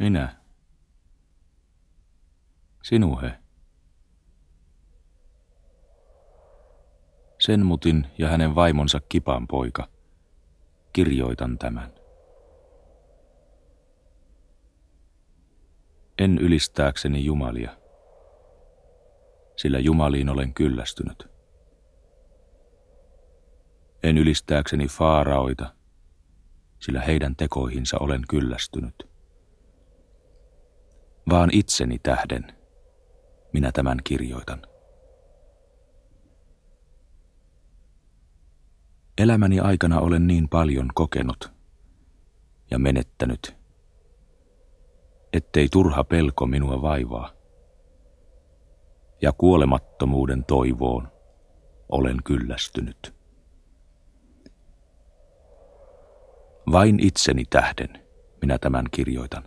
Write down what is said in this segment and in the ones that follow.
Minä. Sinuhe. Senmutin ja hänen vaimonsa Kipan poika. Kirjoitan tämän. En ylistääkseni jumalia, sillä jumaliin olen kyllästynyt. En ylistääkseni faaraoita, sillä heidän tekoihinsa olen kyllästynyt. Vaan itseni tähden minä tämän kirjoitan. Elämäni aikana olen niin paljon kokenut ja menettänyt, ettei turha pelko minua vaivaa. Ja kuolemattomuuden toivoon olen kyllästynyt. Vain itseni tähden minä tämän kirjoitan.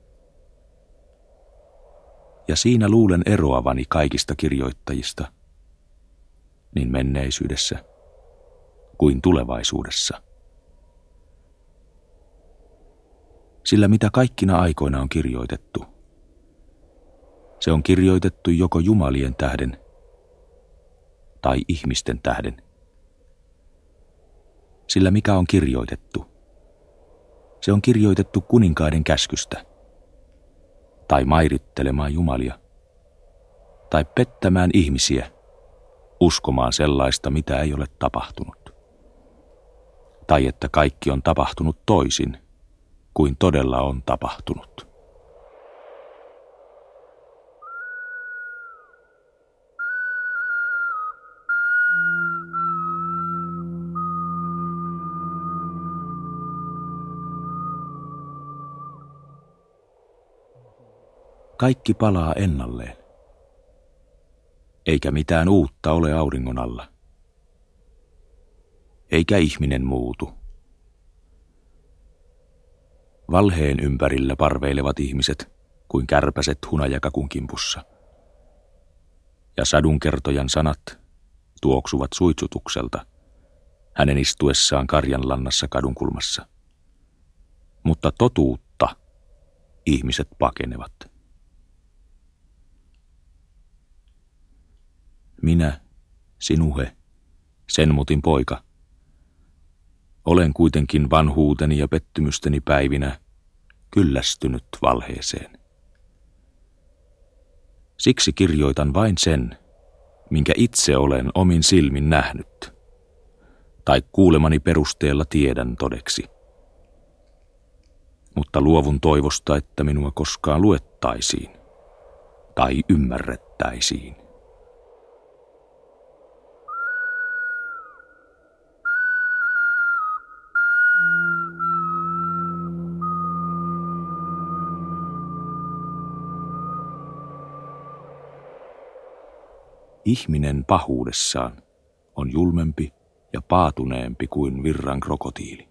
Ja siinä luulen eroavani kaikista kirjoittajista, niin menneisyydessä kuin tulevaisuudessa. Sillä mitä kaikkina aikoina on kirjoitettu, se on kirjoitettu joko jumalien tähden tai ihmisten tähden. Sillä mikä on kirjoitettu, se on kirjoitettu kuninkaiden käskystä, tai mairittelemaan jumalia, tai pettämään ihmisiä, uskomaan sellaista, mitä ei ole tapahtunut. Tai että kaikki on tapahtunut toisin, kuin todella on tapahtunut. Kaikki palaa ennalleen, eikä mitään uutta ole auringon alla, eikä ihminen muutu. Valheen ympärillä parveilevat ihmiset kuin kärpäset hunajakakun kimpussa, ja sadunkertojan sanat tuoksuvat suitsutukselta hänen istuessaan karjanlannassa kadunkulmassa. Mutta totuutta ihmiset pakenevat. Minä, sinuhe, Senmutin poika, olen kuitenkin vanhuuteni ja pettymysteni päivinä kyllästynyt valheeseen. Siksi kirjoitan vain sen, minkä itse olen omin silmin nähnyt, tai kuulemani perusteella tiedän todeksi. Mutta luovun toivosta, että minua koskaan luettaisiin tai ymmärrettäisiin. Ihminen pahuudessaan on julmempi ja paatuneempi kuin virran krokotiili.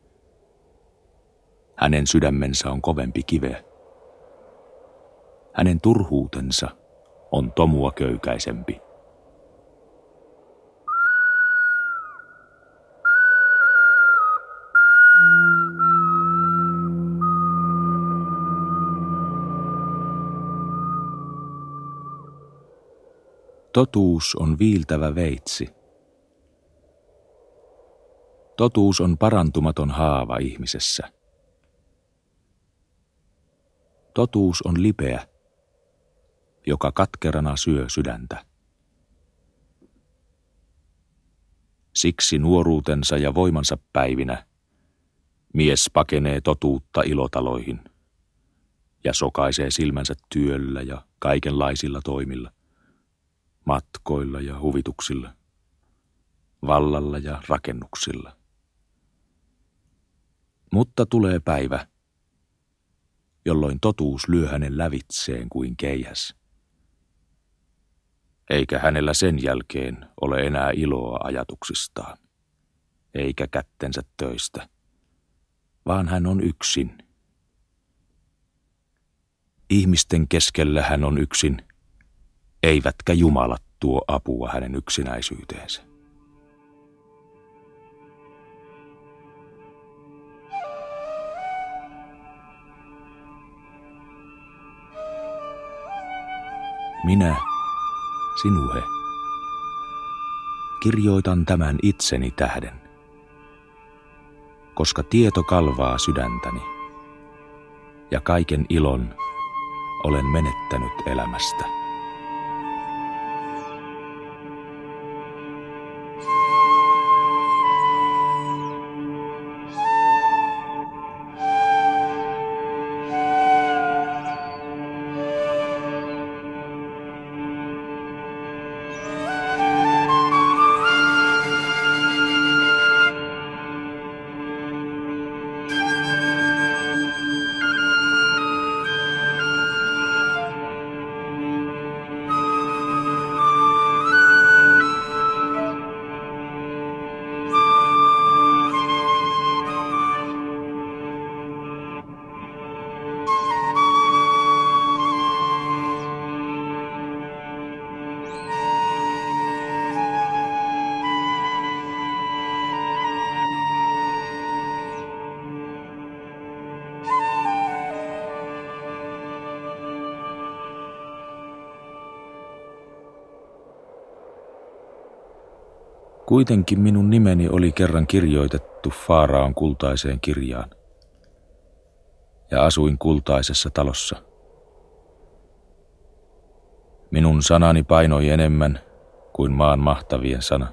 Hänen sydämensä on kovempi kiveä. Hänen turhuutensa on tomua köykäisempi. Totuus on viiltävä veitsi. Totuus on parantumaton haava ihmisessä. Totuus on lipeä, joka katkerana syö sydäntä. Siksi nuoruutensa ja voimansa päivinä mies pakenee totuutta ilotaloihin ja sokaisee silmänsä työllä ja kaikenlaisilla toimilla, matkoilla ja huvituksilla, vallalla ja rakennuksilla. Mutta tulee päivä, jolloin totuus lyö hänen lävitseen kuin keihäs. Eikä hänellä sen jälkeen ole enää iloa ajatuksistaan, eikä kättensä töistä, vaan hän on yksin. Ihmisten keskellä hän on yksin, eivätkä jumalat tuo apua hänen yksinäisyyteensä. Minä, sinuhe, kirjoitan tämän itseni tähden, koska tieto kalvaa sydäntäni ja kaiken ilon olen menettänyt elämästä. Kuitenkin minun nimeni oli kerran kirjoitettu Faaraon kultaiseen kirjaan, ja asuin kultaisessa talossa. Minun sanani painoi enemmän kuin maan mahtavien sana.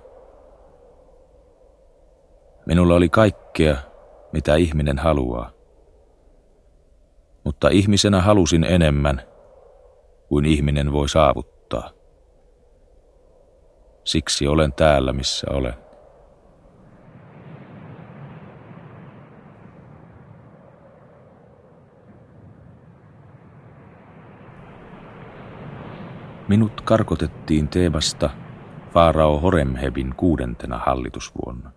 Minulla oli kaikkea, mitä ihminen haluaa, mutta ihmisenä halusin enemmän kuin ihminen voi saavuttaa. Siksi olen täällä, missä olen. Minut karkotettiin Teebasta Faarao Horemhebin 6. hallitusvuonna.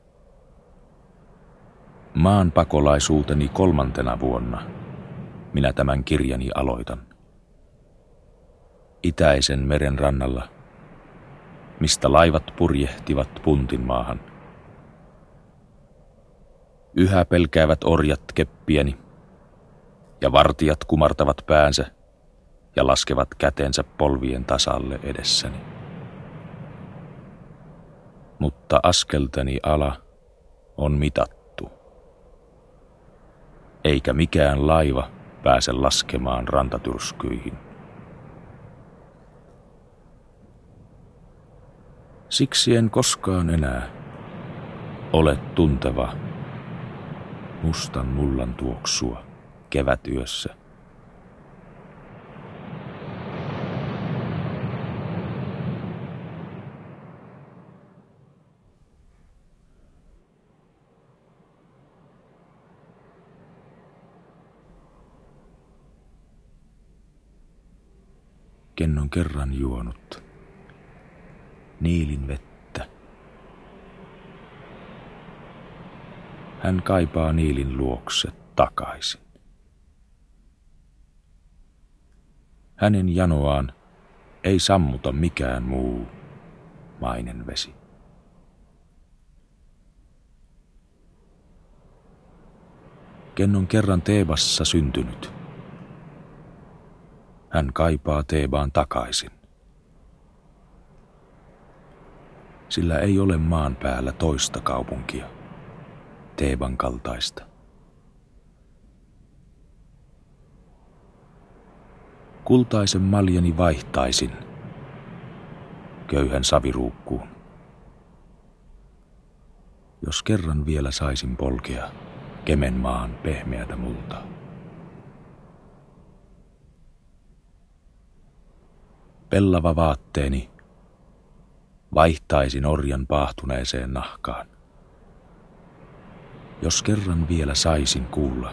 Maan pakolaisuuteni 3. vuonna minä tämän kirjani aloitan. Itäisen meren rannalla, mistä laivat purjehtivat Puntin maahan. Yhä pelkäävät orjat keppieni, ja vartijat kumartavat päänsä ja laskevat kätensä polvien tasalle edessäni. Mutta askelteni ala on mitattu, eikä mikään laiva pääse laskemaan rantatyrskyihin. Siksi en koskaan enää ole tunteva mustan mullan tuoksua kevätyössä. Ken on kerran juonut Niilin vettä. Hän kaipaa Niilin luokse takaisin. Hänen janoaan ei sammuta mikään muu mainen vesi. Ken on kerran Teebassa syntynyt, hän kaipaa Teebaan takaisin. Sillä ei ole maan päällä toista kaupunkia, Teeban kaltaista. Kultaisen maljani vaihtaisin köyhän saviruukkuun, jos kerran vielä saisin polkea Kemenmaan pehmeätä multaa. Pellava vaatteeni vaihtaisin orjan paahtuneeseen nahkaan, jos kerran vielä saisin kuulla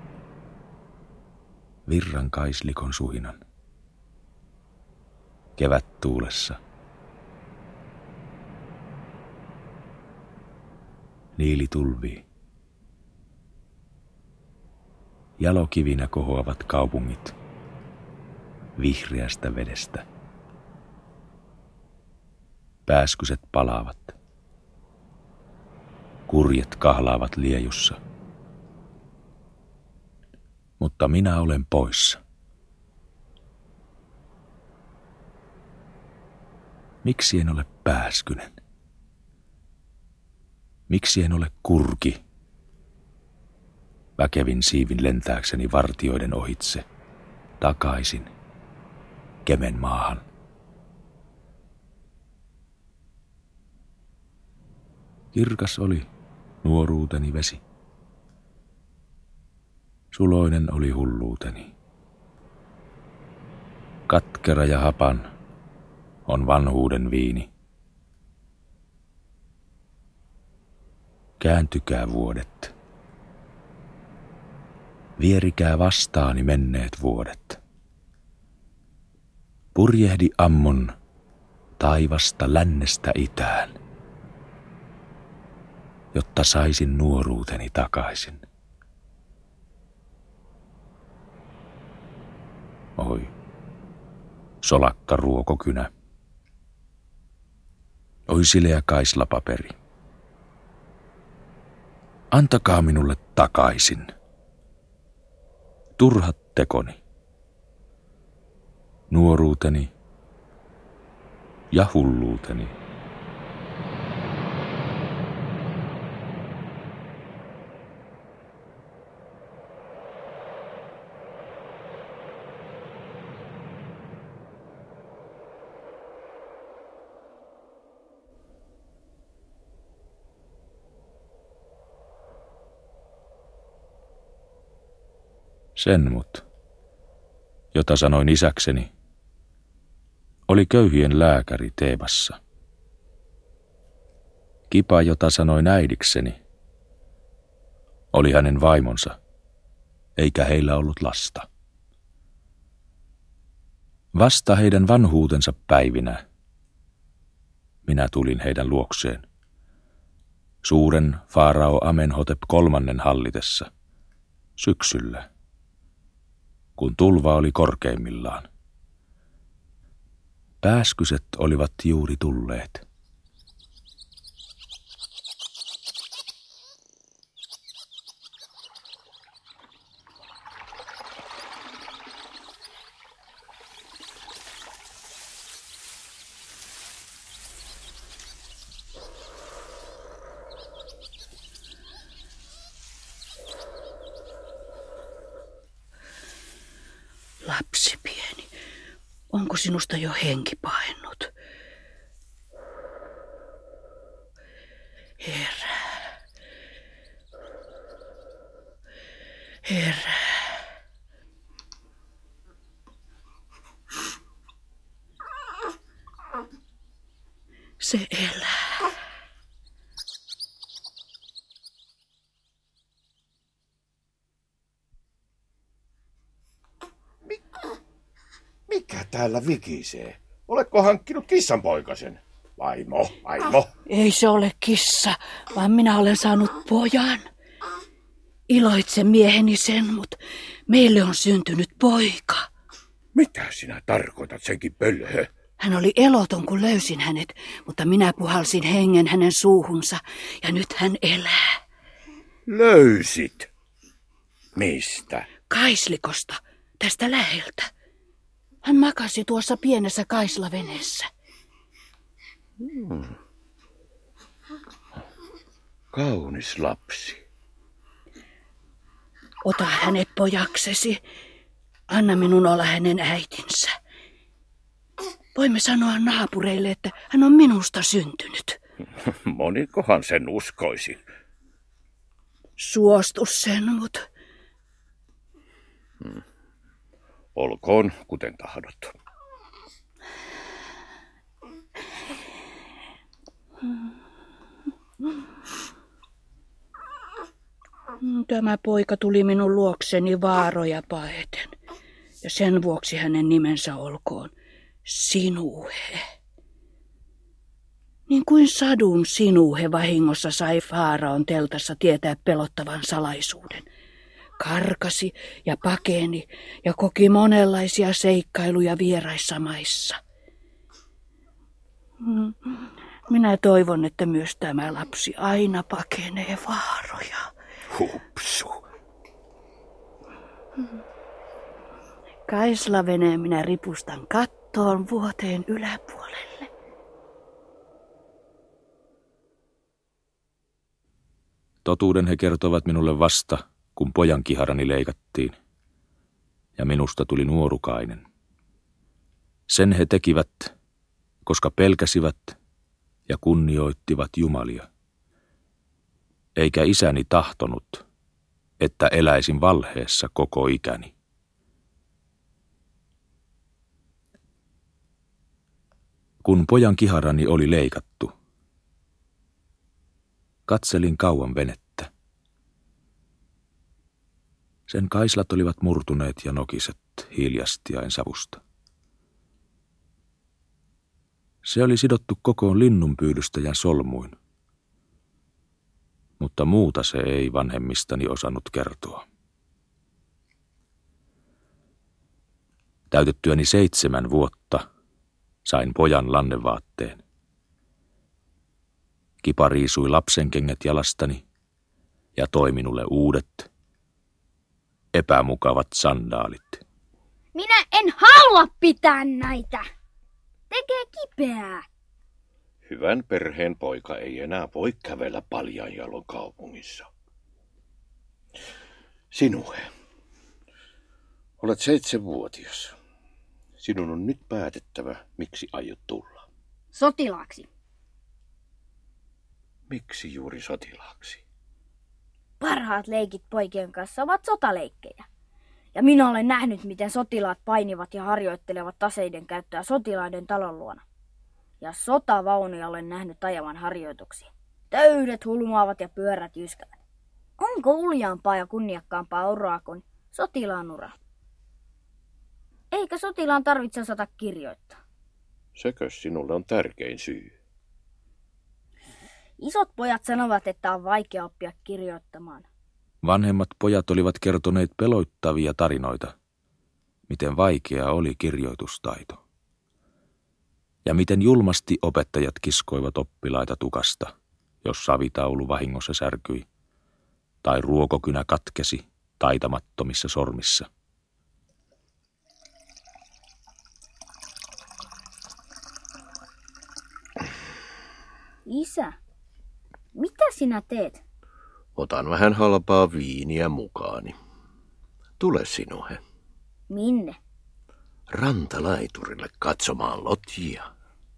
virran kaislikon suhinan kevättuulessa. Niili tulvii. Jalokivinä kohoavat kaupungit vihreästä vedestä. Pääskyset palaavat. Kurjet kahlaavat liejussa. Mutta minä olen poissa. Miksi en ole Pääskynen? Miksi en ole Kurki? Väkevin siivin lentääkseni vartioiden ohitse, takaisin, Kemen maahan. Kirkas oli nuoruuteni vesi. Suloinen oli hulluuteni. Katkera ja hapan on vanhuuden viini. Kääntykää vuodet. Vierikää vastaani menneet vuodet. Purjehdi ammon taivasta lännestä itään, jotta saisin nuoruuteni takaisin. Oi, solakka ruokokynä. Oi sileä kaislapaperi. Antakaa minulle takaisin. Turhat tekoni. Nuoruuteni ja hulluuteni. Sen mut, jota sanoin isäkseni, oli köyhien lääkäri Teebassa. Kipa, jota sanoin äidikseni, oli hänen vaimonsa, eikä heillä ollut lasta. Vasta heidän vanhuutensa päivinä minä tulin heidän luokseen, suuren Faarao Amenhotep III hallitessa, syksyllä, kun tulva oli korkeimmillaan. Pääskyset olivat juuri tulleet. Lapsi pieni, onko sinusta jo henki paennut? Herää. Herää. Se elää. Mikä täällä vikisee? Oletko hankkinut kissanpoikasen? Vaimo. Ei se ole kissa, vaan minä olen saanut pojan. Iloitse mieheni sen, mutta meille on syntynyt poika. Mitä sinä tarkoitat, senkin pölhö? Hän oli eloton, kun löysin hänet, mutta minä puhalsin hengen hänen suuhunsa ja nyt hän elää. Löysit? Mistä? Kaislikosta, tästä läheltä. Hän makasi tuossa pienessä kaislaveneessä. Kaunis lapsi. Ota hänet pojaksesi. Anna minun olla hänen äitinsä. Voimme sanoa naapureille, että hän on minusta syntynyt. Monikohan sen uskoisi. Suostu sen, mut. Olkoon kuten tahdot. Tämä poika tuli minun luokseni vaaroja paeten, ja sen vuoksi hänen nimensä olkoon Sinuhe. Niin kuin sadun Sinuhe vahingossa sai Faaraon teltassa tietää pelottavan salaisuuden. Karkasi ja pakeni ja koki monenlaisia seikkailuja vieraissa maissa. Minä toivon, että myös tämä lapsi aina pakenee vaaroja. Hupsu. Kaislaveneen minä ripustan kattoon vuoteen yläpuolelle. Totuuden he kertovat minulle vasta, kun pojan kiharani leikattiin, ja minusta tuli nuorukainen. Sen he tekivät, koska pelkäsivät ja kunnioittivat jumalia. Eikä isäni tahtonut, että eläisin valheessa koko ikäni. Kun pojan kiharani oli leikattu, katselin kauan venettä. Sen kaislat olivat murtuneet ja nokiset hiljastiain savusta. Se oli sidottu kokoon linnunpyydystäjän solmuin, mutta muuta se ei vanhemmistani osannut kertoa. Täytettyäni 7 vuotta sain pojan lannevaatteen. Kipa riisui lapsenkengät jalastani ja toi minulle uudet, epämukavat sandaalit. Minä en halua pitää näitä. Tekee kipeää. Hyvän perheen poika ei enää voi kävellä paljain jaloin kaupungissa. Sinuhe, olet 7-vuotias. Sinun on nyt päätettävä, miksi aiot tulla. Sotilaaksi. Miksi juuri sotilaaksi? Parhaat leikit poikien kanssa ovat sotaleikkejä. Ja minä olen nähnyt, miten sotilaat painivat ja harjoittelevat aseiden käyttöä sotilaiden talon luona. Ja sotavaunuja olen nähnyt ajavan harjoituksiin. Töydet hulmuavat ja pyörät jyskävät. Onko uljaampaa ja kunniakkaampaa uraa kuin sotilaan ura? Eikä sotilaan tarvitse osata kirjoittaa. Sekö sinulle on tärkein syy? Isot pojat sanovat, että on vaikea oppia kirjoittamaan. Vanhemmat pojat olivat kertoneet peloittavia tarinoita, miten vaikea oli kirjoitustaito. Ja miten julmasti opettajat kiskoivat oppilaita tukasta, jos savitaulu vahingossa särkyi, tai ruokokynä katkesi taitamattomissa sormissa. Isä, mitä sinä teet? Otan vähän halpaa viiniä mukaani. Tule sinuhe. Minne? Rantalaiturille katsomaan lotjia.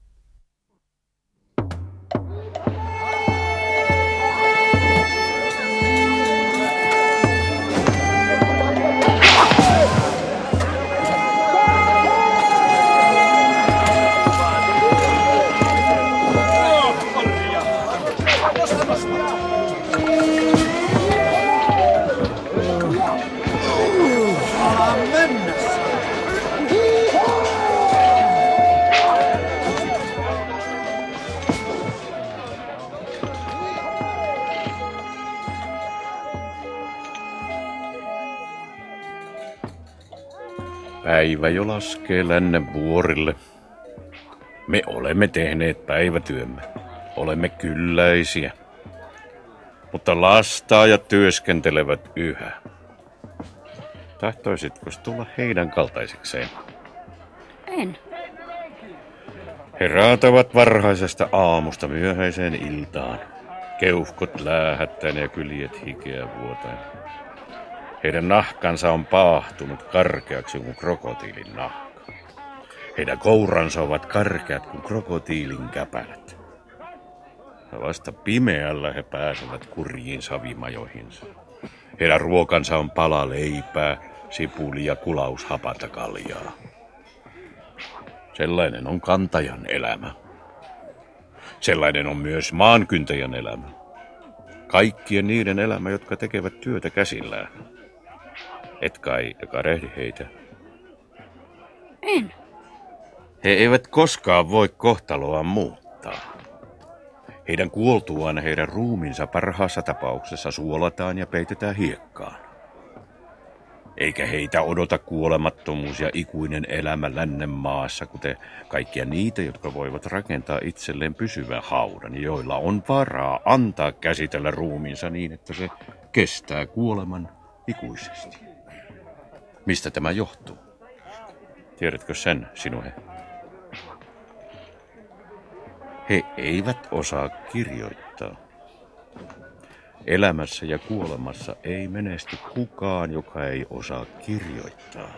Päivä jo laskee lännen vuorille. Me olemme tehneet päivätyömme. Olemme kylläisiä. Mutta lastaajat työskentelevät yhä. Tahtoisitko tulla heidän kaltaisekseen? En. He raatavat varhaisesta aamusta myöhäiseen iltaan. Keuhkot läähättäen ja kyljet hikeä vuotaen. Heidän nahkansa on paahtunut karkeaksi kuin krokotiilin nahka. Heidän kouransa ovat karkeat kuin krokotiilin käpälät. Ja vasta pimeällä he pääsevät kurjiin savimajoihinsa. Heidän ruokansa on pala leipää, sipuli ja kulaus hapanta kaljaa. Sellainen on kantajan elämä. Sellainen on myös maankyntäjän elämä. Kaikkien niiden elämä, jotka tekevät työtä käsillään. Et kai kadehdi heitä? En. He eivät koskaan voi kohtaloaan muuttaa. Heidän kuoltuaan heidän ruumiinsa parhaassa tapauksessa suolataan ja peitetään hiekkaan. Eikä heitä odota kuolemattomuus ja ikuinen elämä lännen maassa, kuten kaikkia niitä, jotka voivat rakentaa itselleen pysyvän haudan, joilla on varaa antaa käsitellä ruumiinsa niin, että se kestää kuoleman ikuisesti. Mistä tämä johtuu? Tiedätkö sen, sinuhe? He eivät osaa kirjoittaa. Elämässä ja kuolemassa ei menesty kukaan, joka ei osaa kirjoittaa.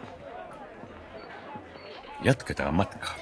Jatketaan matkaa.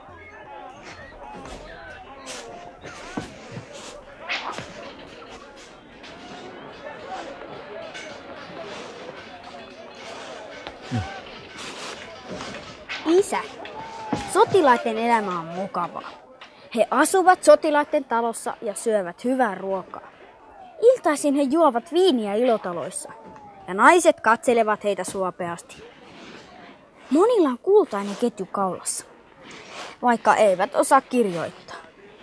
Isä, sotilaiden elämä on mukavaa. He asuvat sotilaiden talossa ja syövät hyvää ruokaa. Iltaisin he juovat viiniä ilotaloissa ja naiset katselevat heitä suopeasti. Monilla on kultainen ketju kaulassa, vaikka eivät osaa kirjoittaa.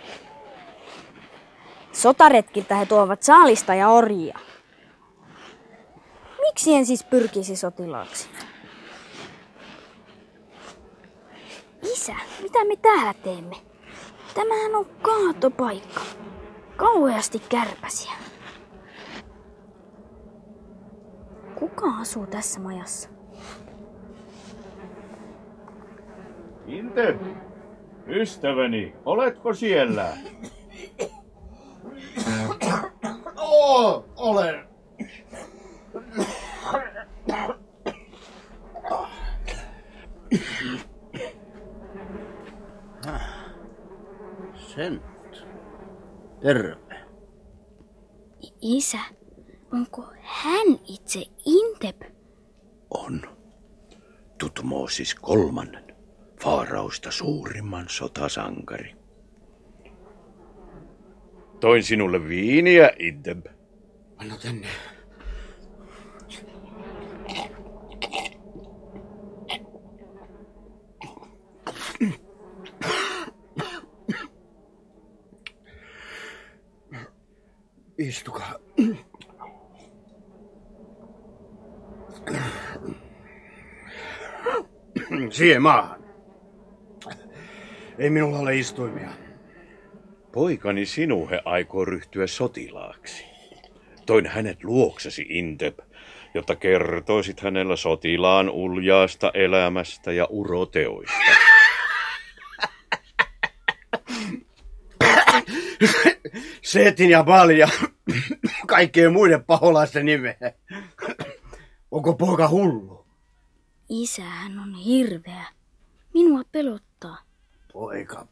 Sotaretkiltä he tuovat saalista ja orjia. Miksi en siis pyrkisi sotilaaksi? Isä, mitä me täällä teemme? Tämähän on kaatopaikka. Kauheasti kärpäsiä. Kuka asuu tässä majassa? Inte, ystäväni, oletko siellä? Olen. Sen. Terve. Isä, onko hän itse Intep? On. Tutmoosis III, Faarausta suurimman sotasankari. Toin sinulle viiniä, Intep. Anna tänne. Istukaa. Siihen maahan. Ei minulla ole istuimia. Poikani Sinuhe aikoo ryhtyä sotilaaksi. Toin hänet luoksesi, Intep, jotta kertoisit hänellä sotilaan uljaasta elämästä ja uroteoista. Seetin ja Baalin ja kaikkien muiden paholaisten nimeä. Onko poika hullu? Isä, hän on hirveä. Minua pelottaa. Poika.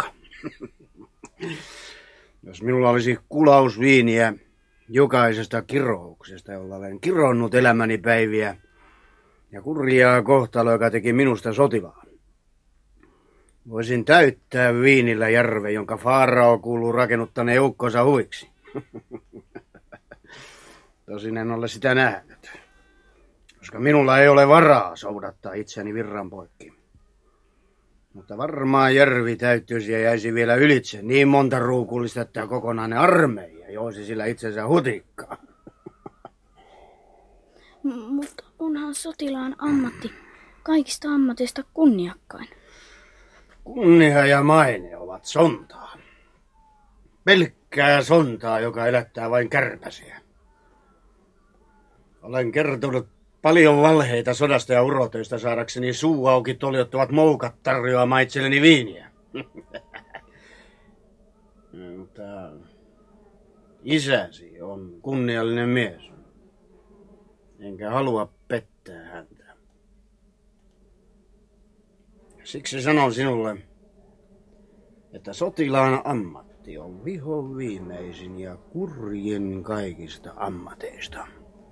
Jos minulla olisi kulaus viiniä jokaisesta kirouksesta, jolla olen kironnut elämäni päiviä, ja kurjaa kohtalo, joka teki minusta sotilaan, voisin täyttää viinillä järven, jonka Faarao kuuluu rakennuttaneen ukkonsa huiksi. Tosin en ole sitä nähnyt, koska minulla ei ole varaa soudattaa itseäni virran poikki. Mutta varmaan järvi täyttyisi ja jäisi vielä ylitse niin monta ruukullista, että kokonainen armeija joisi sillä itsensä hutikkaan. Mutta onhan sotilaan ammatti kaikista ammateista kunniakkain. Kunnia ja maine ovat sontaa. Pelkkää sontaa, joka elättää vain kärpäsiä. Olen kertonut paljon valheita sodasta ja urotöistä saadakseni suu auki toljottavat moukat tarjoamaan itselleni viiniä. Mutta isäsi on kunniallinen mies. Enkä halua pettää häntä. Siksi sanon sinulle, että sotilaan ammatti on vihoviimeisin ja kurjin kaikista ammateista.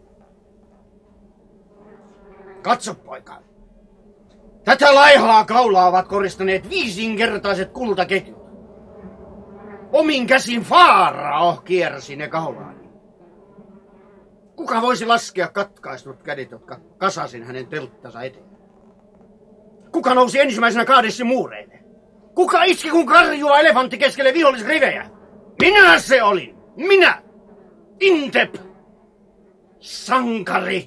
Katso, poika. Tätä laihaa kaulaa ovat koristaneet 5-kertaiset kultaketjut. Omin käsin Faarao kiersi ne kaulaani. Kuka voisi laskea katkaistut kädet, jotka kasasin hänen telttansa eteen? Kuka nousi ensimmäisenä Kaadessin muureille? Kuka iski kun karjua elefantti keskelle vihollisrivejä? Minä se olin! Minä! Intep! Sankari!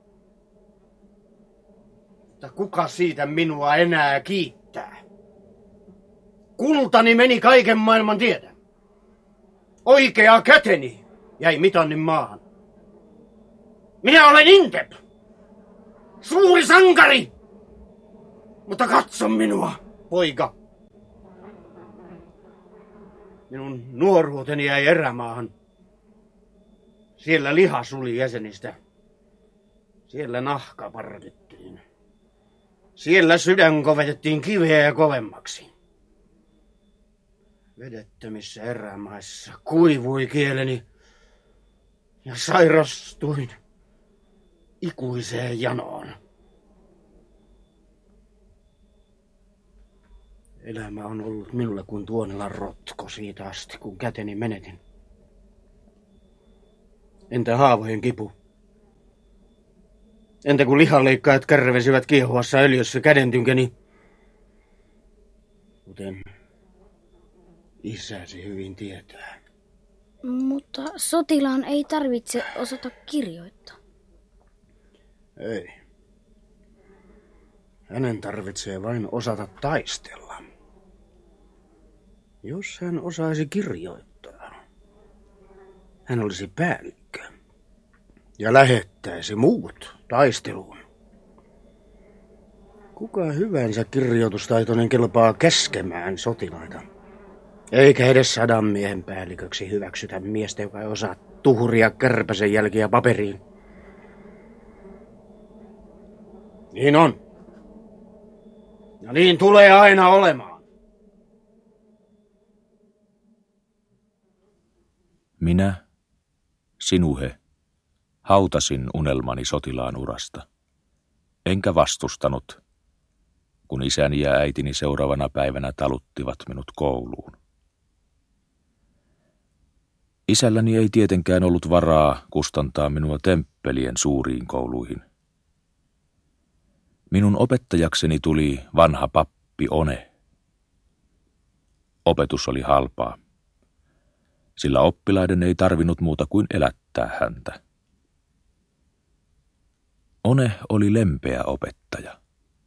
Mutta kuka siitä minua enää kiittää? Kultani meni kaiken maailman tietä. Oikea käteni jäi mitannin maahan. Minä olen Intep! Suuri sankari! Mutta katso minua, poika. Minun nuoruuteni jäi erämaahan. Siellä liha suli jäsenistä. Siellä nahka parkittiin. Siellä sydän kovetettiin kiveä ja kovemmaksi. Vedettömissä erämaissa kuivui kieleni ja sairastuin ikuiseen janoon. Elämä on ollut minulle kuin tuonella rotko siitä asti, kun käteni menetin. Entä haavojen kipu? Entä kun lihanleikkaajat kärvesivät kiehuvassa öljyssä kädentynkeni? Kuten isäsi hyvin tietää. Mutta sotilaan ei tarvitse osata kirjoittaa. Ei. Hänen tarvitsee vain osata taistella. Jos hän osaisi kirjoittaa, hän olisi päällikkö ja lähettäisi muut taisteluun. Kuka hyvänsä kirjoitustaitoinen kelpaa käskemään sotilaita, eikä edes 100 miehen päälliköksi hyväksytä miestä, joka ei osaa tuhria kärpäsen jälkiä paperiin. Niin on. Ja niin tulee aina olemaan. Minä, Sinuhe, hautasin unelmani sotilaan urasta, enkä vastustanut, kun isäni ja äitini seuraavana päivänä taluttivat minut kouluun. Isälläni ei tietenkään ollut varaa kustantaa minua temppelien suuriin kouluihin. Minun opettajakseni tuli vanha pappi One. Opetus oli halpaa, sillä oppilaiden ei tarvinnut muuta kuin elättää häntä. One oli lempeä opettaja.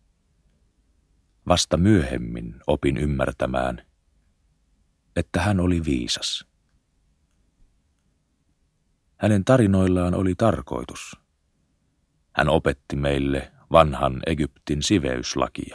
Vasta myöhemmin opin ymmärtämään, että hän oli viisas. Hänen tarinoillaan oli tarkoitus. Hän opetti meille vanhan Egyptin siveyslakia.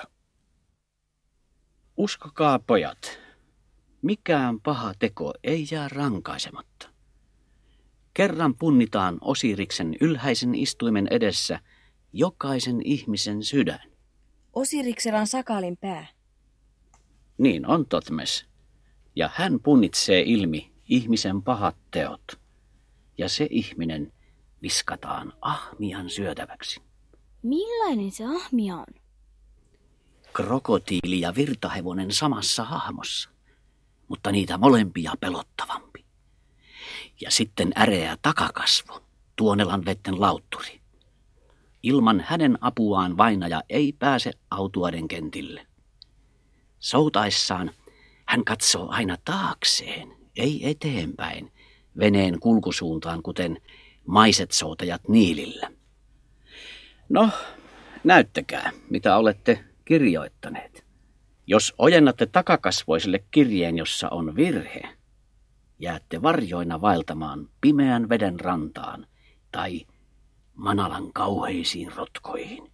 Uskokaa, pojat, mikään paha teko ei jää rankaisematta. Kerran punnitaan Osiriksen ylhäisen istuimen edessä jokaisen ihmisen sydän. Osiriksella on sakalin pää. Niin on, Totmes. Ja hän punnitsee ilmi ihmisen pahat teot. Ja se ihminen viskataan ahmian syötäväksi. Millainen se ahmia on? Krokotiili ja virtahevonen samassa hahmossa, mutta niitä molempia pelottavampi. Ja sitten äreä takakasvo, Tuonelan vetten lautturi. Ilman hänen apuaan vainaja ei pääse autuaiden kentille. Soutaessaan hän katsoo aina taakseen, ei eteenpäin, veneen kulkusuuntaan, kuten maiset soutajat Niilillä. No, näyttäkää, mitä olette kirjoittaneet. Jos ojennatte takakasvoiselle kirjeen, jossa on virhe, jäätte varjoina vaeltamaan pimeän veden rantaan tai Manalan kauheisiin rotkoihin.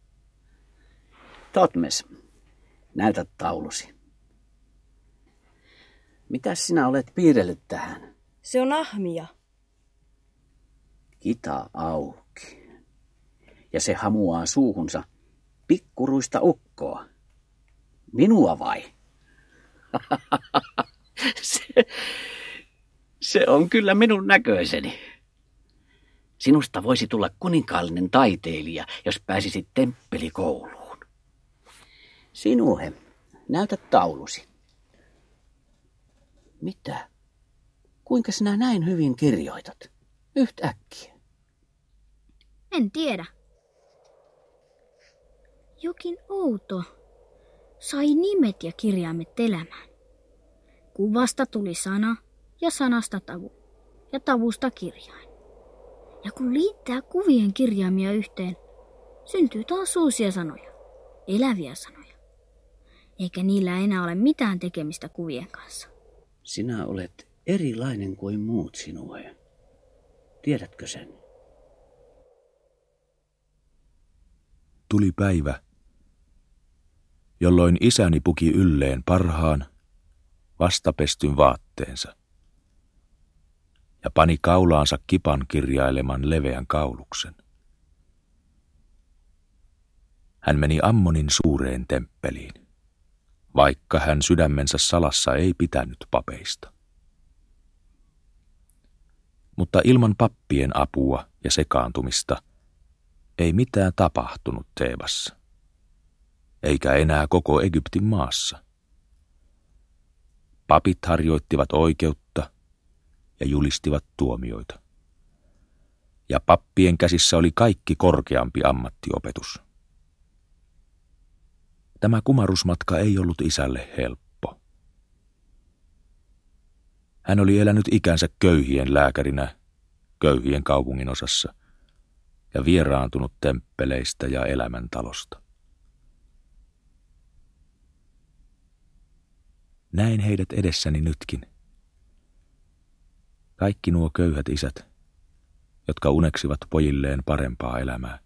Totmes, näytä taulusi. Mitäs sinä olet piirrellyt tähän? Se on ahmia. Kita auki. Ja se hamuaa suuhunsa pikkuruista ukkoa. Minua vai? se on kyllä minun näköiseni. Sinusta voisi tulla kuninkaallinen taiteilija, jos pääsisit temppelikouluun. Sinuhe, näytä taulusi. Mitä? Kuinka sinä näin hyvin kirjoitat? Yhtäkkiä. En tiedä. Jokin outo sai nimet ja kirjaimet elämään. Kuvasta tuli sana ja sanasta tavu ja tavusta kirjain. Ja kun liittää kuvien kirjaimia yhteen, syntyy taas uusia sanoja, eläviä sanoja. Eikä niillä enää ole mitään tekemistä kuvien kanssa. Sinä olet erilainen kuin muut, Sinuhe. Tiedätkö sen? Tuli päivä, jolloin isäni puki ylleen parhaan, vastapestyn vaatteensa. ja pani kaulaansa Kipan kirjaileman leveän kauluksen. Hän meni Ammonin suureen temppeliin, vaikka hän sydämensä salassa ei pitänyt papeista. Mutta ilman pappien apua ja sekaantumista ei mitään tapahtunut Teebassa, eikä enää koko Egyptin maassa. Papit harjoittivat oikeutta ja julistivat tuomioita. Ja pappien käsissä oli kaikki korkeampi ammattiopetus. Tämä kumarusmatka ei ollut isälle helppo. Hän oli elänyt ikänsä köyhien lääkärinä köyhien kaupunginosassa ja vieraantunut temppeleistä ja elämäntalosta. Näin heidät edessäni nytkin. Kaikki nuo köyhät isät, jotka uneksivat pojilleen parempaa elämää.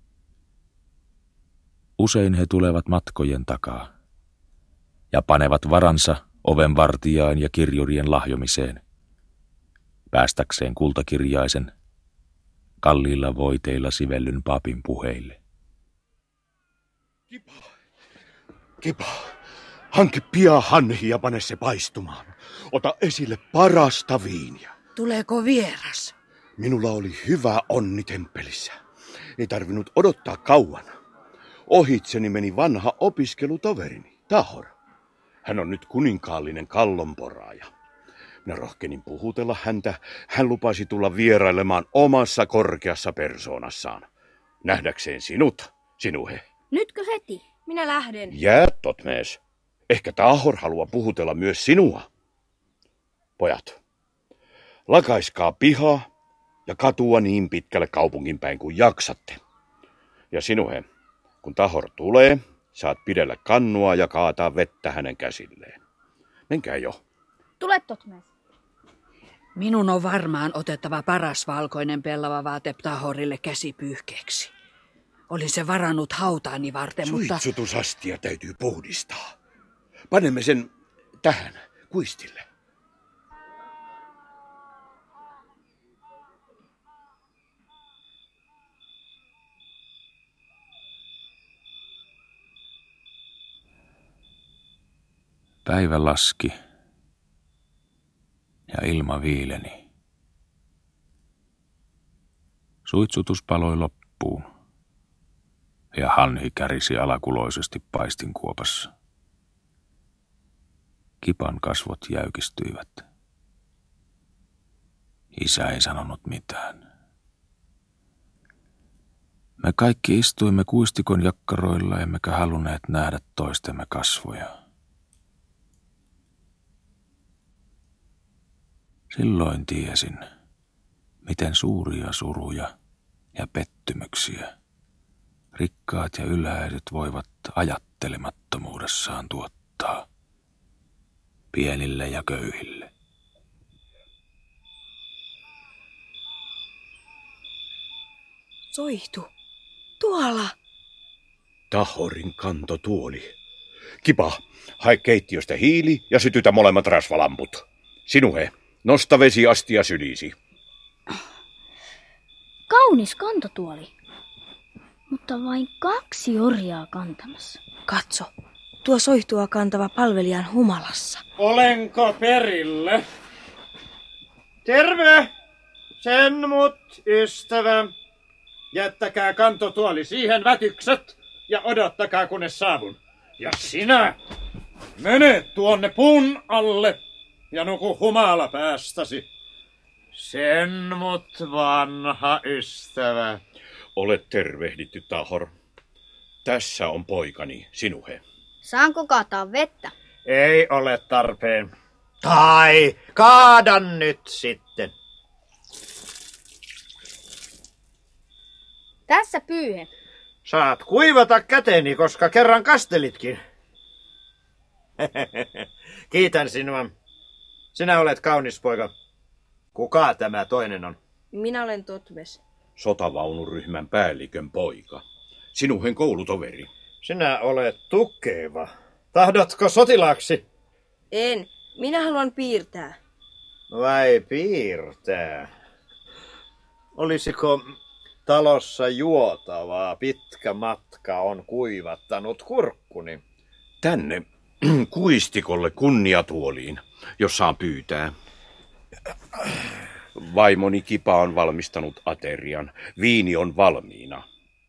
Usein he tulevat matkojen takaa ja panevat varansa ovenvartijaan ja kirjurien lahjomiseen, päästäkseen kultakirjaisen kalliilla voiteilla sivellyn papin puheille. Kipa, hanki pian hanhi ja pane se paistumaan. Ota esille parasta viiniä. Tuleeko vieras? Minulla oli hyvä onni temppelissä. Ei tarvinnut odottaa kauan. Ohitseni meni vanha opiskelutoverini, Tahor. Hän on nyt kuninkaallinen kallonporaaja. Minä rohkenin puhutella häntä. Hän lupasi tulla vierailemaan omassa korkeassa persoonassaan. Nähdäkseen sinut, Sinuhe. Nytkö heti? Minä lähden. Jää, Totmes. Ehkä Tahor haluaa puhutella myös sinua. Pojat, lakaiskaa pihaa ja katua niin pitkälle kaupungin päin kuin jaksatte. Ja Sinuhe, kun Tahor tulee, saat pidellä kannua ja kaataa vettä hänen käsilleen. Menkää jo. Tule, Totmes. Minun on varmaan otettava paras valkoinen pellava vaate Tahorille käsipyyhkeeksi. Olin se varannut hautaani varten, mutta... Suitsutusastia täytyy puhdistaa. Panemme sen tähän kuistille. Päivä laski ja ilma viileni. Suitsutus paloi loppuun ja hanhi kärisi alakuloisesti paistinkuopassa. Kipan kasvot jäykistyivät. Isä ei sanonut mitään. Me kaikki istuimme kuistikon jakkaroilla emmekä halunneet nähdä toistemme kasvoja. Silloin tiesin, miten suuria suruja ja pettymyksiä rikkaat ja ylhäiset voivat ajattelemattomuudessaan tuottaa pienille ja köyhille. Soihtu. Tuolla. Tahorin kantotuoli. Kipa, hae keittiöstä hiili ja sytytä molemmat rasvalamput. Sinuhe, nosta vesiastia syliisi. Kaunis kantotuoli, mutta vain 2 orjaa kantamassa. Katso. Tuo soihtua kantava palvelijan humalassa. Olenko perille? Terve! Sen mut, ystävä. Jättäkää kantotuoli siihen vätykset ja odottakaa kunnes saavun. Ja sinä, mene tuonne puun alle ja nuku humala päästäsi. Sen mut, vanha ystävä. Olet tervehditty, Tahor. Tässä on poikani, Sinuhe. Saanko kaataa vettä? Ei ole tarpeen. Tai kaadan nyt sitten. Tässä pyyhe. Saat kuivata käteni, koska kerran kastelitkin. Kiitän sinua. Sinä olet kaunis poika. Kuka tämä toinen on? Minä olen Totmes. Sotavaunuryhmän päällikön poika. Sinuhen koulutoveri. Sinä olet tukeva. Tahdotko sotilaaksi? En. Minä haluan piirtää. Vai piirtää? Olisiko talossa juotavaa? Pitkä matka on kuivattanut kurkkuni. Tänne kuistikolle kunniatuoliin, jos saan pyytää. Vaimoni Kipa on valmistanut aterian. Viini on valmiina.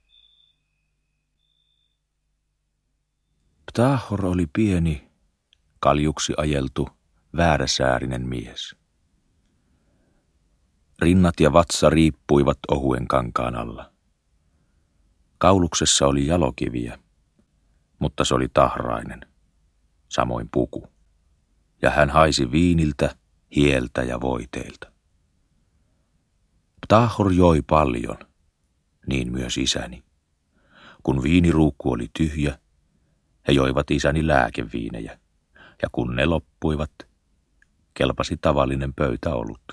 Ptahor oli pieni, kaljuksi ajeltu, vääräsäärinen mies. Rinnat ja vatsa riippuivat ohuen kankaan alla. Kauluksessa oli jalokiviä, mutta se oli tahrainen, samoin puku, ja hän haisi viiniltä, hieltä ja voiteilta. Ptahor joi paljon, niin myös isäni. Kun viiniruukku oli tyhjä, he joivat isäni lääkeviinejä, ja kun ne loppuivat, kelpasi tavallinen pöytäolut.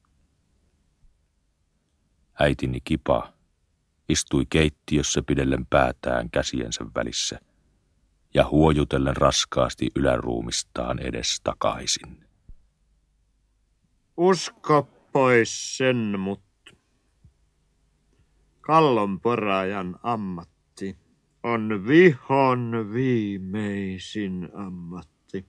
Äitini Kipa istui keittiössä pidellen päätään käsiensä välissä ja huojutellen raskaasti yläruumistaan edestakaisin. Usko pois sen, mut kallonporajan ammatti on vihon viimeisin ammatti.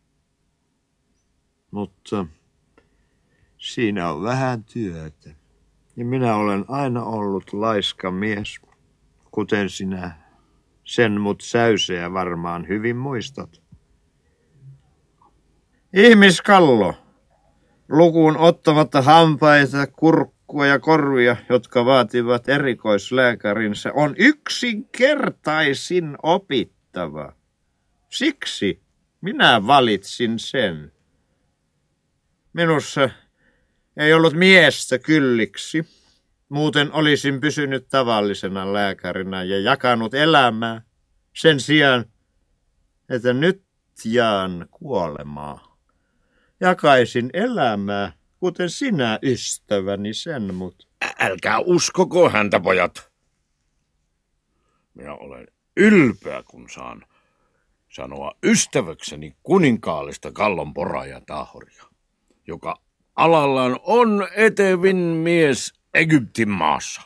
Mutta siinä on vähän työtä. Ja minä olen aina ollut laiska mies, kuten sinä sen mut säyseä varmaan hyvin muistat. Ihmiskallo, lukuun ottamatta hampaita, kurkkua ja korvia, jotka vaativat erikoislääkärinsä, on yksinkertaisin opittava. Siksi minä valitsin sen. Minussa ei ollut miestä kylliksi, muuten olisin pysynyt tavallisena lääkärinä ja jakanut elämää sen sijaan, että nyt jaan kuolemaa. Jakaisin elämää, kuten sinä ystäväni sen, mut. Älkää uskoko häntä, pojat. Minä olen ylpeä, kun saan sanoa ystäväkseni kuninkaallista kallonporaaja Tahoria, joka alallaan on etevin mies Egyptin maassa.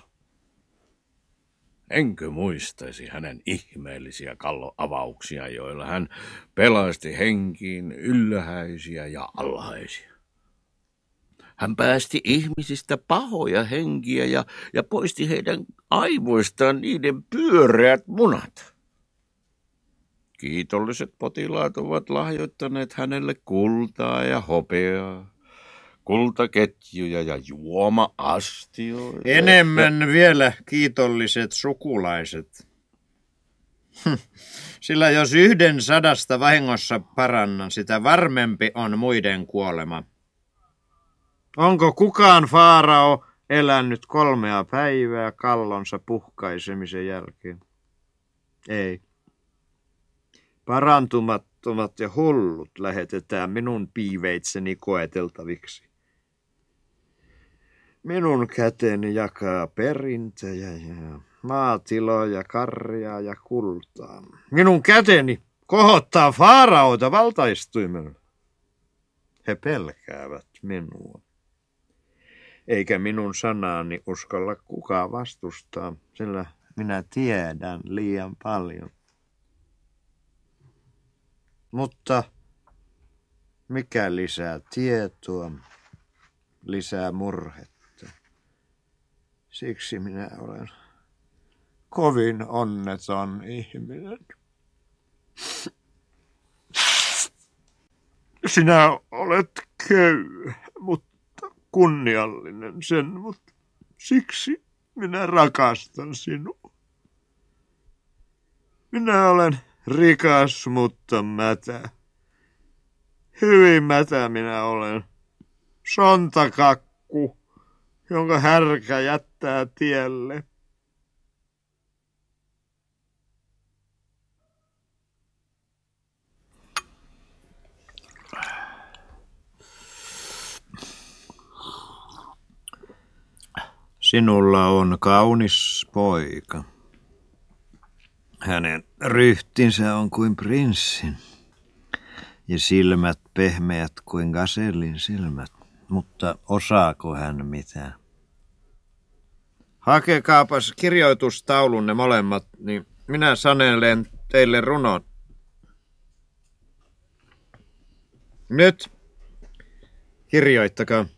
Enkö muistaisi hänen ihmeellisiä kalloavauksia, joilla hän pelasti henkiin ylhäisiä ja alhaisia. Hän päästi ihmisistä pahoja henkiä ja poisti heidän aivoistaan niiden pyöreät munat. Kiitolliset potilaat ovat lahjoittaneet hänelle kultaa ja hopeaa, kultaketjuja ja juoma-astioita. Enemmän vielä kiitolliset sukulaiset. Sillä jos 100 vahingossa parannan, sitä varmempi on muiden kuolema. Onko kukaan faarao elänyt 3 päivää kallonsa puhkaisemisen jälkeen? Ei. Parantumattomat ja hullut lähetetään minun piiveitseni koeteltaviksi. Minun käteni jakaa perintöjä ja maatiloja, karjaa ja kultaa. Minun käteni kohottaa faaraoita valtaistuimella. He pelkäävät minua. Eikä minun sanaani uskalla kukaan vastustaa, sillä minä tiedän liian paljon. Mutta mikä lisää tietoa, lisää murhetta. Siksi minä olen kovin onneton ihminen. Sinä olet köyhä, mutta kunniallinen sen, mutta siksi minä rakastan sinua. Minä olen rikas, mutta mätä. Hyvin mätä minä olen. Sontakakku, jonka härkä jättää tielle. Sinulla on kaunis poika. Hänen ryhtinsä on kuin prinssin ja silmät pehmeät kuin gasellin silmät. Mutta osaako hän mitään? Hakekaapas kirjoitustaulun ne molemmat, niin minä sanelen teille runon. Nyt kirjoittakaa.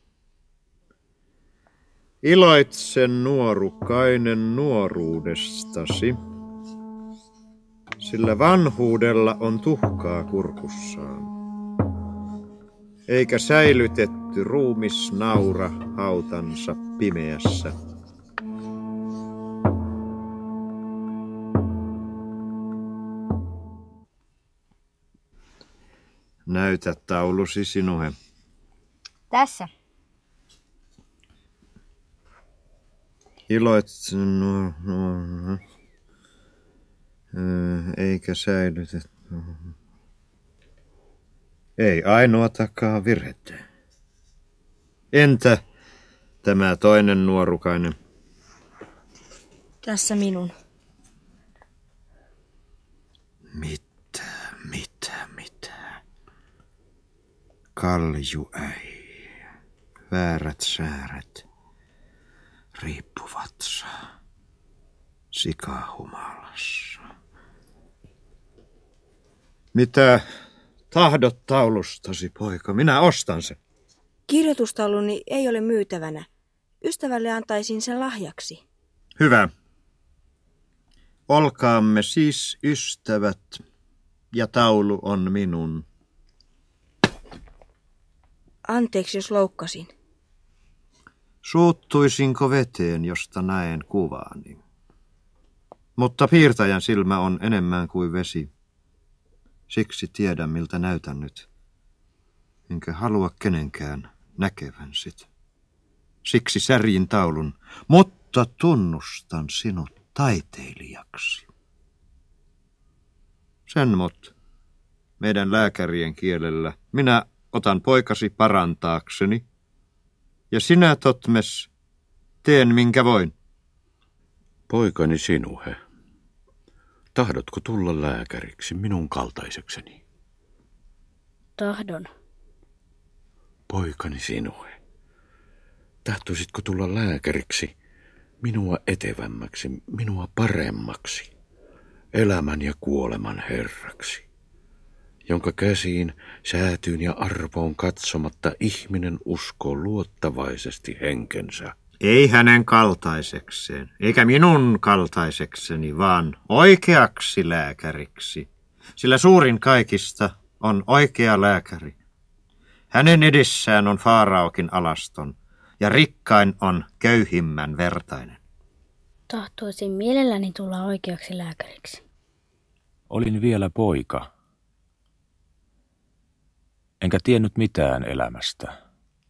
Iloitsen nuorukainen nuoruudestasi, sillä vanhuudella on tuhkaa kurkussaan, eikä säilytetty ruumis naura hautansa pimeässä. Näytä taulusi sinuhe. Tässä. Iloitsen eikä säilytetty. Ei ainoatakaan virhettä. Entä tämä toinen nuorukainen? Tässä minun. Mitä? Kalju ei. Väärät sääret. Riippuvatsa. Sikahumalassa. Mitä tahdot taulustasi, poika? Minä ostan sen. Kirjoitustauluni ei ole myytävänä. Ystävälle antaisin sen lahjaksi. Hyvä. Olkaamme siis ystävät, ja taulu on minun. Anteeksi, jos loukkasin. Suuttuisinko veteen, josta näen kuvaani? Mutta piirtäjän silmä on enemmän kuin vesi. Siksi tiedän, miltä näytän nyt. Enkä halua kenenkään näkevän sit. Siksi särjin taulun, mutta tunnustan sinut taiteilijaksi. Sen mut, meidän lääkärien kielellä, minä otan poikasi parantaakseni, ja sinä, Totmes, teen minkä voin. Poikani Sinuhe, tahdotko tulla lääkäriksi minun kaltaisekseni? Tahdon. Poikani Sinuhe, tahtoisitko tulla lääkäriksi minua etevämmäksi, minua paremmaksi, elämän ja kuoleman herraksi, jonka käsiin, säätyyn ja arvoon katsomatta ihminen uskoo luottavaisesti henkensä? Ei hänen kaltaisekseen, eikä minun kaltaisekseni, vaan oikeaksi lääkäriksi. Sillä suurin kaikista on oikea lääkäri. Hänen edessään on Faaraokin alaston, ja rikkain on köyhimmän vertainen. Tahtoisin mielelläni tulla oikeaksi lääkäriksi. Olin vielä poika, enkä tiennyt mitään elämästä.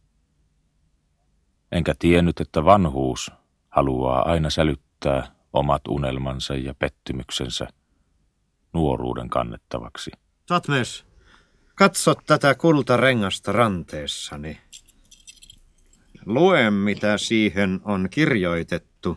Enkä tiennyt, että vanhuus haluaa aina sälyttää omat unelmansa ja pettymyksensä nuoruuden kannettavaksi. Totmes, katso tätä kultarengasta ranteessani. Lue, mitä siihen on kirjoitettu.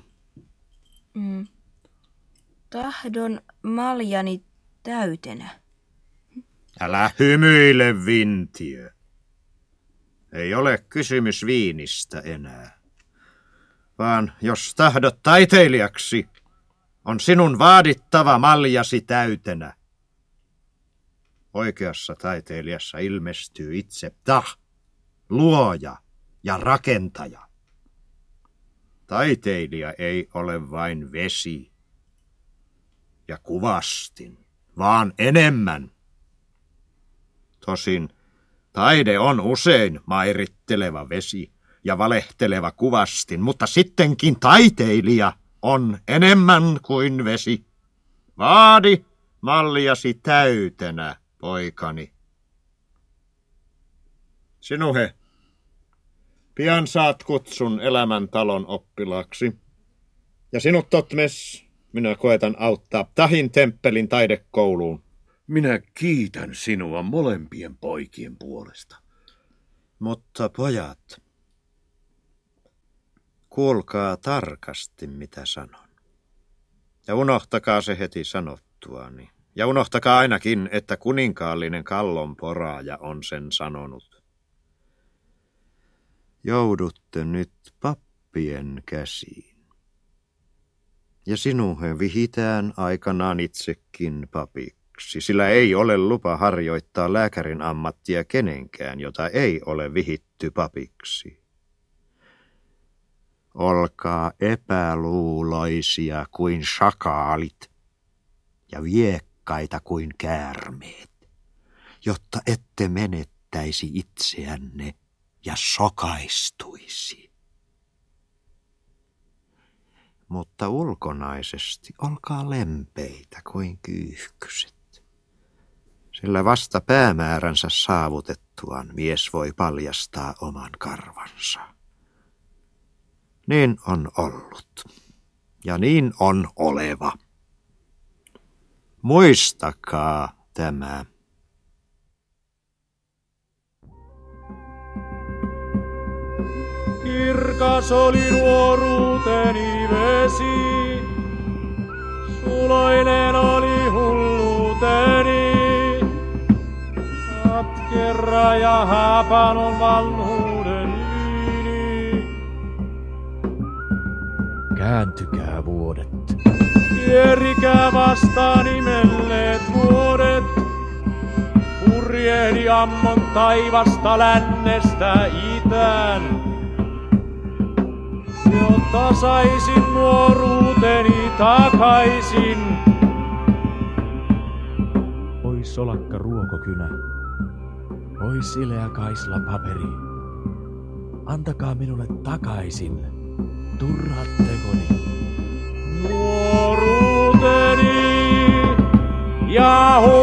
Tahdon maljani täytenä. Älä hymyile, Vintiö. Ei ole kysymys viinistä enää. Vaan jos tahdot taiteilijaksi, on sinun vaadittava maljasi täytenä. Oikeassa taiteilijassa ilmestyy itse luoja ja rakentaja. Taiteilija ei ole vain vesi ja kuvastin, vaan enemmän. Tosin taide on usein mairitteleva vesi ja valehteleva kuvastin, mutta sittenkin taiteilija on enemmän kuin vesi. Vaadi malliasi täytenä, poikani. Sinuhe, pian saat kutsun elämäntalon oppilaaksi. Ja sinut, Totmes, minä koetan auttaa Tahin temppelin taidekouluun. Minä kiitän sinua molempien poikien puolesta. Mutta pojat, kuulkaa tarkasti, mitä sanon. Ja unohtakaa se heti sanottuani. Ja unohtakaa ainakin, että kuninkaallinen kallonporaaja on sen sanonut. joudutte nyt pappien käsiin. Ja sinuhe vihitään aikanaan itsekin papiksi, sillä ei ole lupa harjoittaa lääkärin ammattia kenenkään, jota ei ole vihitty papiksi. Olkaa epäluuloisia kuin shakaalit ja viekkaita kuin käärmeet, jotta ette menettäisi itseänne ja sokaistuisi. Mutta ulkonaisesti olkaa lempeitä kuin kyyhkyset, sillä vasta päämääränsä saavutettuaan mies voi paljastaa oman karvansa. Niin on ollut ja niin on oleva. Muistakaa tämä. Kirkas oli nuoruuteni vesi, suloinen oli hulluuteni. Katkera ja haapanon vanhuuden yli. Kääntykää vuodet. Pierikää vastaan imelleet vuodet. Purjehdi ammon taivasta lännestä itään. Jotta saisin nuoruuteni takaisin. Oi solakka ruokokynä, oi sileä kaisla paperi. Antakaa minulle takaisin turhat tekoni. Nuoruuteni ja